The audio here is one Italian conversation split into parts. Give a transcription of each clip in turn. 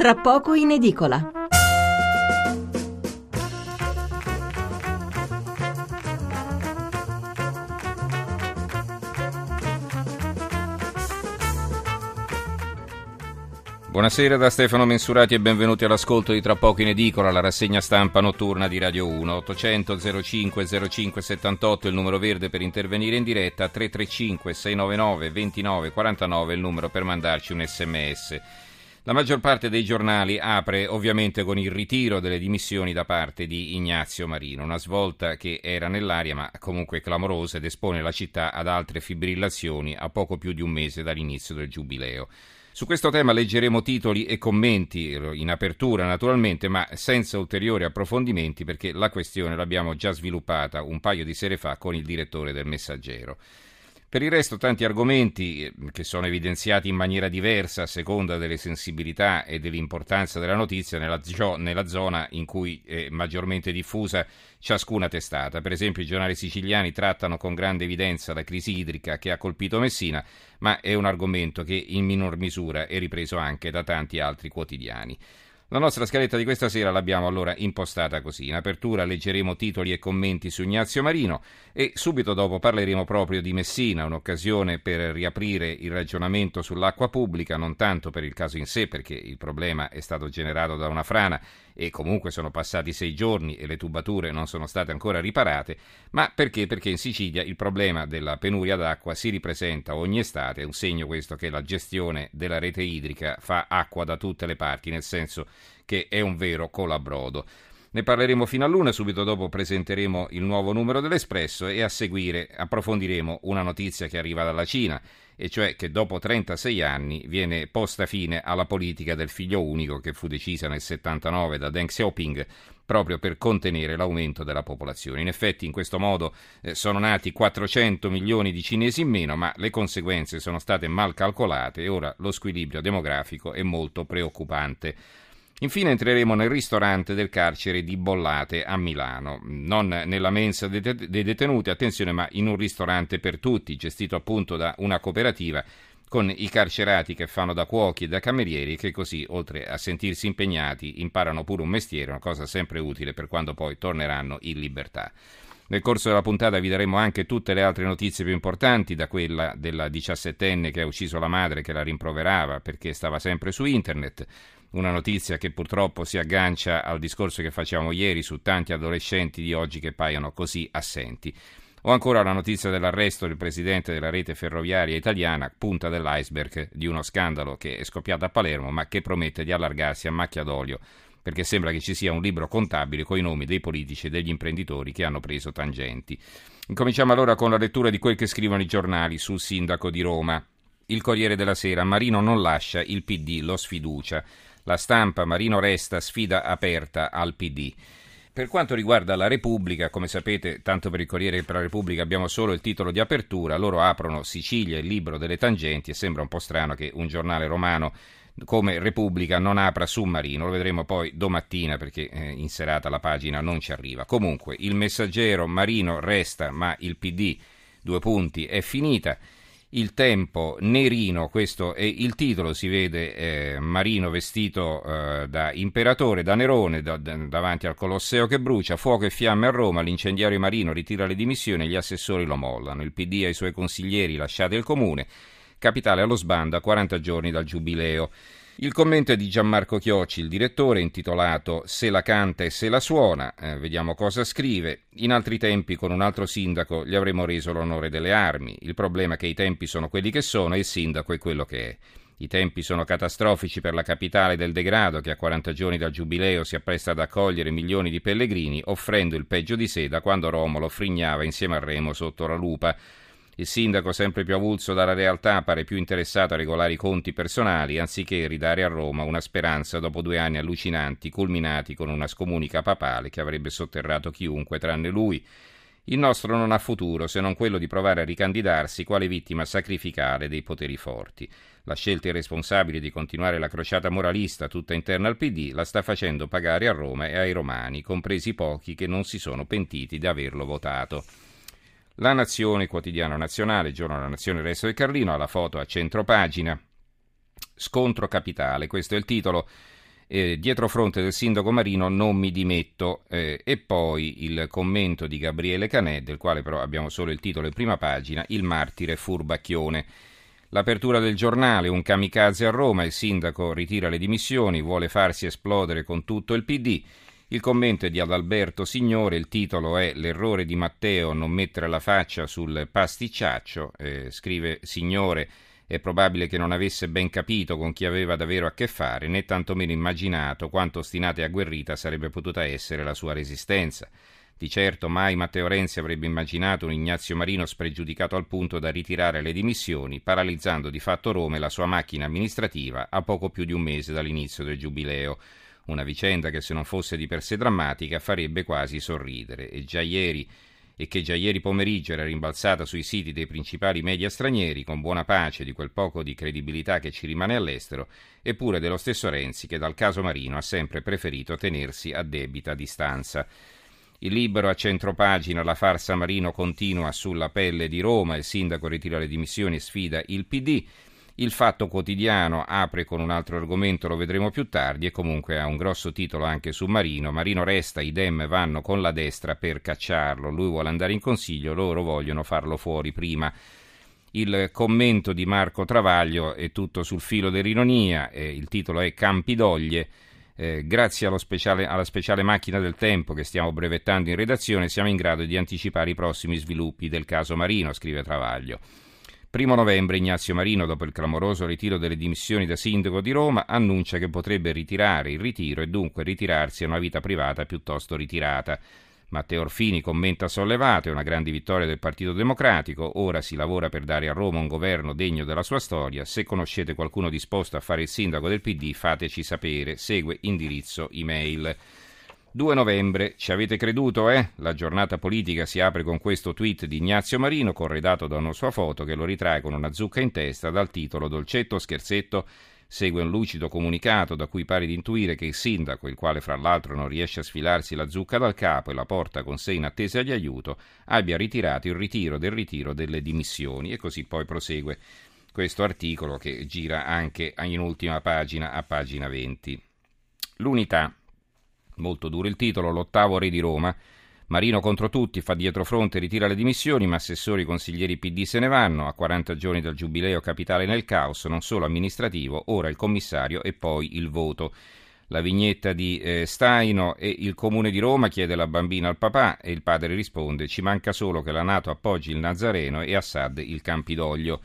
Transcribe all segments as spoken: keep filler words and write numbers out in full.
tra poco in edicola. Buonasera da Stefano Mensurati e benvenuti all'ascolto di Tra poco in edicola, la rassegna stampa notturna di Radio uno. ottocento zero cinque zero cinque settantotto il numero verde per intervenire in diretta, tre tre cinque sei nove nove due nove quattro nove il numero per mandarci un sms. La maggior parte dei giornali apre ovviamente con il ritiro delle dimissioni da parte di Ignazio Marino, una svolta che era nell'aria ma comunque clamorosa ed espone la città ad altre fibrillazioni a poco più di un mese dall'inizio del giubileo. Su questo tema leggeremo titoli e commenti in apertura naturalmente, ma senza ulteriori approfondimenti perché la questione l'abbiamo già sviluppata un paio di sere fa con il direttore del Messaggero. Per il resto tanti argomenti che sono evidenziati in maniera diversa a seconda delle sensibilità e dell'importanza della notizia nella, nella zona in cui è maggiormente diffusa ciascuna testata. Per esempio i giornali siciliani trattano con grande evidenza la crisi idrica che ha colpito Messina, ma è un argomento che in minor misura è ripreso anche da tanti altri quotidiani. La nostra scaletta di questa sera l'abbiamo allora impostata così. In apertura leggeremo titoli e commenti su Ignazio Marino e subito dopo parleremo proprio di Messina, un'occasione per riaprire il ragionamento sull'acqua pubblica, non tanto per il caso in sé, perché il problema è stato generato da una frana e comunque sono passati sei giorni e le tubature non sono state ancora riparate, ma perché? Perché in Sicilia il problema della penuria d'acqua si ripresenta ogni estate, è un segno questo che la gestione della rete idrica fa acqua da tutte le parti, nel senso che è un vero colabrodo. Ne parleremo fino all'una, subito dopo presenteremo il nuovo numero dell'Espresso e a seguire approfondiremo una notizia che arriva dalla Cina, e cioè che dopo trentasei anni viene posta fine alla politica del figlio unico che fu decisa nel settantanove da Deng Xiaoping proprio per contenere l'aumento della popolazione. In effetti in questo modo eh, sono nati quattrocento milioni di cinesi in meno, ma le conseguenze sono state mal calcolate e ora lo squilibrio demografico è molto preoccupante. Infine entreremo nel ristorante del carcere di Bollate a Milano, non nella mensa dei detenuti, attenzione, ma in un ristorante per tutti, gestito appunto da una cooperativa con i carcerati che fanno da cuochi e da camerieri che così, oltre a sentirsi impegnati, imparano pure un mestiere, una cosa sempre utile per quando poi torneranno in libertà. Nel corso della puntata vi daremo anche tutte le altre notizie più importanti, da quella della diciassettenne che ha ucciso la madre che la rimproverava perché stava sempre su internet, una notizia che purtroppo si aggancia al discorso che facevamo ieri su tanti adolescenti di oggi che paiono così assenti. O ancora la notizia dell'arresto del presidente della rete ferroviaria italiana, punta dell'iceberg di uno scandalo che è scoppiato a Palermo ma che promette di allargarsi a macchia d'olio, perché sembra che ci sia un libro contabile con i nomi dei politici e degli imprenditori che hanno preso tangenti. Incominciamo allora con la lettura di quel che scrivono i giornali sul sindaco di Roma. Il Corriere della Sera: Marino non lascia, il P D lo sfiducia. La Stampa: Marino resta, sfida aperta al P D. Per quanto riguarda la Repubblica, come sapete, tanto per il Corriere che per la Repubblica abbiamo solo il titolo di apertura, loro aprono Sicilia, il libro delle tangenti, e sembra un po' strano che un giornale romano come Repubblica non apra su Marino, lo vedremo poi domattina perché eh, in serata la pagina non ci arriva. Comunque, il Messaggero: Marino resta, ma il P D, due punti, è finita. Il Tempo: Nerino, questo è il titolo, si vede eh, Marino vestito eh, da imperatore, da Nerone, da, da, davanti al Colosseo che brucia, fuoco e fiamme a Roma, l'incendiario Marino ritira le dimissioni e gli assessori lo mollano, il P D e i suoi consiglieri lasciate il comune, capitale allo sbando a quaranta giorni dal giubileo. Il commento è di Gianmarco Chiocci, il direttore, intitolato Se la canta e se la suona. Eh, vediamo cosa scrive. In altri tempi, con un altro sindaco, gli avremmo reso l'onore delle armi. Il problema è che i tempi sono quelli che sono e il sindaco è quello che è. I tempi sono catastrofici per la capitale del degrado che a quaranta giorni dal giubileo si appresta ad accogliere milioni di pellegrini, offrendo il peggio di sé da quando Romolo frignava insieme a Remo sotto la lupa. Il sindaco, sempre più avulso dalla realtà, pare più interessato a regolare i conti personali anziché ridare a Roma una speranza dopo due anni allucinanti culminati con una scomunica papale che avrebbe sotterrato chiunque tranne lui. Il nostro non ha futuro se non quello di provare a ricandidarsi quale vittima sacrificale dei poteri forti. La scelta irresponsabile di continuare la crociata moralista tutta interna al P D la sta facendo pagare a Roma e ai romani, compresi i pochi che non si sono pentiti di averlo votato. La Nazione, quotidiano nazionale, giorno della Nazione, il resto del Carlino, ha la foto a centropagina. Scontro capitale, questo è il titolo. Eh, dietro fronte del sindaco Marino non mi dimetto, eh, e poi il commento di Gabriele Canè, del quale però abbiamo solo il titolo in prima pagina, il martire furbacchione. L'apertura del giornale, un kamikaze a Roma, il sindaco ritira le dimissioni, vuole farsi esplodere con tutto il P D. Il commento è di Adalberto Signore, il titolo è l'errore di Matteo non mettere la faccia sul pasticciaccio, eh, scrive Signore. È probabile che non avesse ben capito con chi aveva davvero a che fare, né tantomeno immaginato quanto ostinata e agguerrita sarebbe potuta essere la sua resistenza. Di certo mai Matteo Renzi avrebbe immaginato un Ignazio Marino spregiudicato al punto da ritirare le dimissioni, paralizzando di fatto Roma e la sua macchina amministrativa a poco più di un mese dall'inizio del giubileo. Una vicenda che, se non fosse di per sé drammatica, farebbe quasi sorridere. E già ieri e che già ieri pomeriggio era rimbalzata sui siti dei principali media stranieri, con buona pace di quel poco di credibilità che ci rimane all'estero, eppure dello stesso Renzi che dal caso Marino ha sempre preferito tenersi a debita distanza. Il Libero a centropagina, la farsa Marino continua sulla pelle di Roma, il sindaco ritira le dimissioni e sfida il P D. Il Fatto Quotidiano apre con un altro argomento, lo vedremo più tardi, e comunque ha un grosso titolo anche su Marino. Marino resta, i Dem vanno con la destra per cacciarlo, lui vuole andare in consiglio, loro vogliono farlo fuori prima. Il commento di Marco Travaglio è tutto sul filo dell'ironia, eh, il titolo è Campidoglie. Eh, grazie allo speciale, alla speciale macchina del tempo che stiamo brevettando in redazione siamo in grado di anticipare i prossimi sviluppi del caso Marino, scrive Travaglio. Primo novembre Ignazio Marino, dopo il clamoroso ritiro delle dimissioni da sindaco di Roma, annuncia che potrebbe ritirare il ritiro e dunque ritirarsi a una vita privata piuttosto ritirata. Matteo Orfini commenta sollevato, è una grande vittoria del Partito Democratico, ora si lavora per dare a Roma un governo degno della sua storia, se conoscete qualcuno disposto a fare il sindaco del P D fateci sapere, segue indirizzo email. due novembre, ci avete creduto, eh? La giornata politica si apre con questo tweet di Ignazio Marino, corredato da una sua foto che lo ritrae con una zucca in testa, dal titolo Dolcetto scherzetto. Segue un lucido comunicato da cui pare di intuire che il sindaco, il quale fra l'altro non riesce a sfilarsi la zucca dal capo e la porta con sé in attesa di aiuto, abbia ritirato il ritiro del ritiro delle dimissioni. E così poi prosegue questo articolo che gira anche in ultima pagina, a pagina venti. L'Unità. Molto duro il titolo, l'ottavo re di Roma. Marino contro tutti, fa dietrofront e ritira le dimissioni, ma assessori consiglieri P D se ne vanno. A quaranta giorni dal giubileo capitale nel caos, non solo amministrativo, ora il commissario e poi il voto. La vignetta di eh, Staino e il comune di Roma chiede la bambina al papà e il padre risponde ci manca solo che la NATO appoggi il Nazareno e Assad il Campidoglio.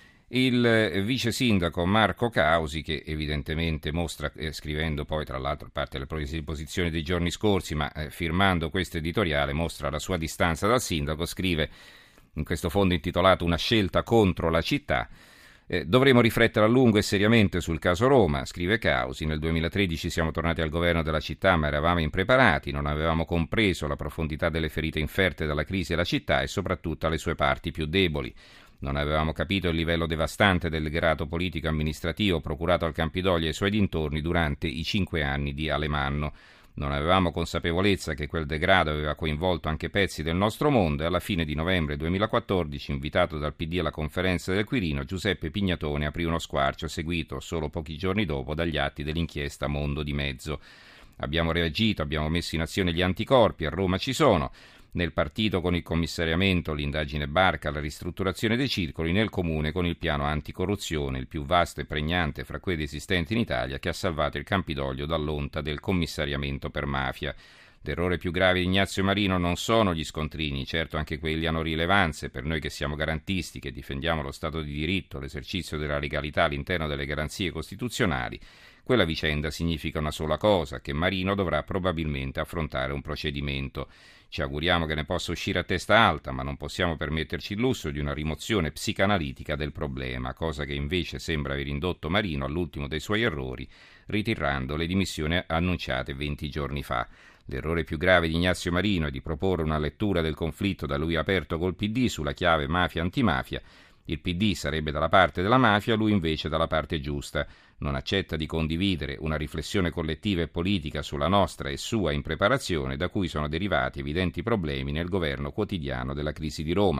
Il vice sindaco Marco Causi, che evidentemente mostra, eh, scrivendo poi tra l'altro a parte le proprie posizioni dei giorni scorsi, ma eh, firmando questo editoriale mostra la sua distanza dal sindaco, scrive in questo fondo intitolato Una scelta contro la città. Eh, dovremo riflettere a lungo e seriamente sul caso Roma, scrive Causi. Nel duemilatredici siamo tornati al governo della città, ma eravamo impreparati, non avevamo compreso la profondità delle ferite inferte dalla crisi alla città e soprattutto alle sue parti più deboli. Non avevamo capito il livello devastante del degrado politico-amministrativo procurato al Campidoglio e ai suoi dintorni durante i cinque anni di Alemanno. Non avevamo consapevolezza che quel degrado aveva coinvolto anche pezzi del nostro mondo e alla fine di novembre duemilaquattordici, invitato dal P D alla conferenza del Quirino, Giuseppe Pignatone aprì uno squarcio seguito solo pochi giorni dopo dagli atti dell'inchiesta Mondo di Mezzo. Abbiamo reagito, abbiamo messo in azione gli anticorpi, a Roma ci sono. Nel partito con il commissariamento, l'indagine Barca, la ristrutturazione dei circoli, nel comune con il piano anticorruzione, il più vasto e pregnante fra quelli esistenti in Italia, che ha salvato il Campidoglio dall'onta del commissariamento per mafia. L'errore più grave di Ignazio Marino non sono gli scontrini, certo anche quelli hanno rilevanze, per noi che siamo garantisti, che difendiamo lo Stato di diritto, l'esercizio della legalità all'interno delle garanzie costituzionali. Quella vicenda significa una sola cosa, che Marino dovrà probabilmente affrontare un procedimento. Ci auguriamo che ne possa uscire a testa alta, ma non possiamo permetterci il lusso di una rimozione psicanalitica del problema, cosa che invece sembra aver indotto Marino all'ultimo dei suoi errori, ritirando le dimissioni annunciate venti giorni fa. L'errore più grave di Ignazio Marino è di proporre una lettura del conflitto da lui aperto col P D sulla chiave mafia-antimafia. Il P D sarebbe dalla parte della mafia, lui invece dalla parte giusta. Non accetta di condividere una riflessione collettiva e politica sulla nostra e sua impreparazione, da cui sono derivati evidenti problemi nel governo quotidiano della crisi di Roma.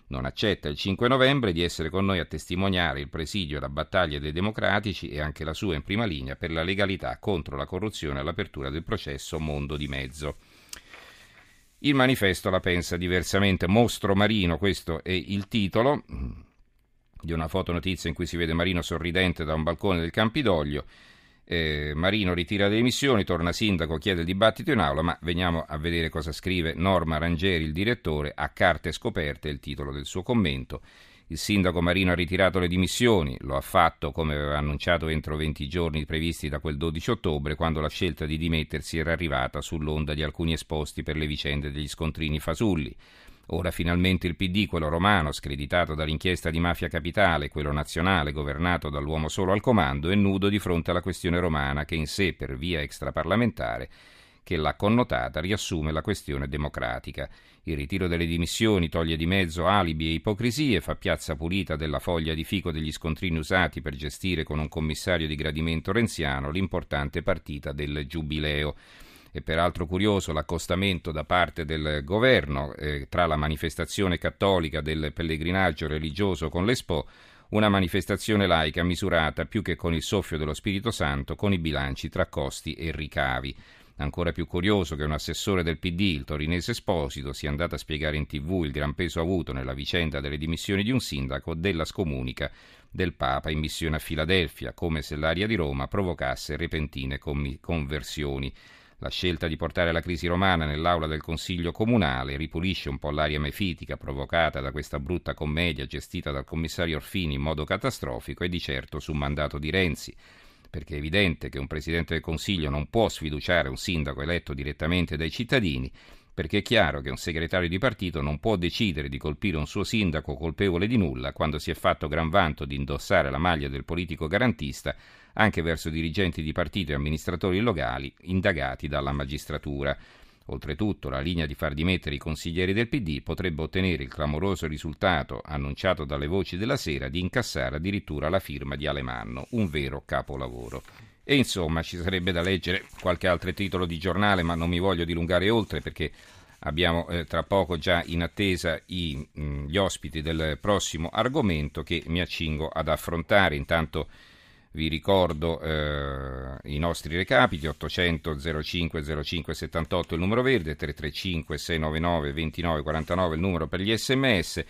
Non accetta il cinque novembre di essere con noi a testimoniare il presidio e la battaglia dei democratici e anche la sua in prima linea per la legalità contro la corruzione e l'apertura del processo Mondo di Mezzo. Il manifesto la pensa diversamente. Mostro Marino, questo è il titolo di una fotonotizia in cui si vede Marino sorridente da un balcone del Campidoglio. Eh, Marino ritira le dimissioni, torna sindaco, chiede il dibattito in aula, ma veniamo a vedere cosa scrive Norma Rangeri, il direttore. A carte scoperte è il titolo del suo commento. Il sindaco Marino ha ritirato le dimissioni, lo ha fatto come aveva annunciato entro venti giorni previsti da quel dodici ottobre, quando la scelta di dimettersi era arrivata sull'onda di alcuni esposti per le vicende degli scontrini fasulli. Ora finalmente il P D, quello romano, screditato dall'inchiesta di Mafia Capitale, quello nazionale, governato dall'uomo solo al comando, è nudo di fronte alla questione romana che in sé, per via extraparlamentare che l'ha connotata, riassume la questione democratica. Il ritiro delle dimissioni toglie di mezzo alibi e ipocrisie, fa piazza pulita della foglia di fico degli scontrini usati per gestire con un commissario di gradimento renziano l'importante partita del Giubileo. È peraltro curioso l'accostamento da parte del governo eh, tra la manifestazione cattolica del pellegrinaggio religioso con l'Expo, una manifestazione laica misurata più che con il soffio dello Spirito Santo con i bilanci tra costi e ricavi. Ancora più curioso che un assessore del P D, il torinese Esposito, sia andato a spiegare in tivù il gran peso avuto nella vicenda delle dimissioni di un sindaco della scomunica del Papa in missione a Filadelfia, come se l'aria di Roma provocasse repentine conversioni. La scelta di portare la crisi romana nell'aula del Consiglio Comunale ripulisce un po' l'aria mefitica provocata da questa brutta commedia gestita dal commissario Orfini in modo catastrofico e di certo su mandato di Renzi, perché è evidente che un Presidente del Consiglio non può sfiduciare un sindaco eletto direttamente dai cittadini, perché è chiaro che un segretario di partito non può decidere di colpire un suo sindaco colpevole di nulla quando si è fatto gran vanto di indossare la maglia del politico garantista anche verso dirigenti di partito e amministratori locali indagati dalla magistratura. Oltretutto, la linea di far dimettere i consiglieri del P D potrebbe ottenere il clamoroso risultato, annunciato dalle voci della sera, di incassare addirittura la firma di Alemanno, un vero capolavoro. E insomma, ci sarebbe da leggere qualche altro titolo di giornale, ma non mi voglio dilungare oltre perché abbiamo eh, tra poco già in attesa i, mh, gli ospiti del prossimo argomento che mi accingo ad affrontare. Intanto vi ricordo eh, i nostri recapiti: ottocento zero cinque zero cinque settantotto il numero verde, tre tre cinque sei nove nove due nove quattro nove il numero per gli sms.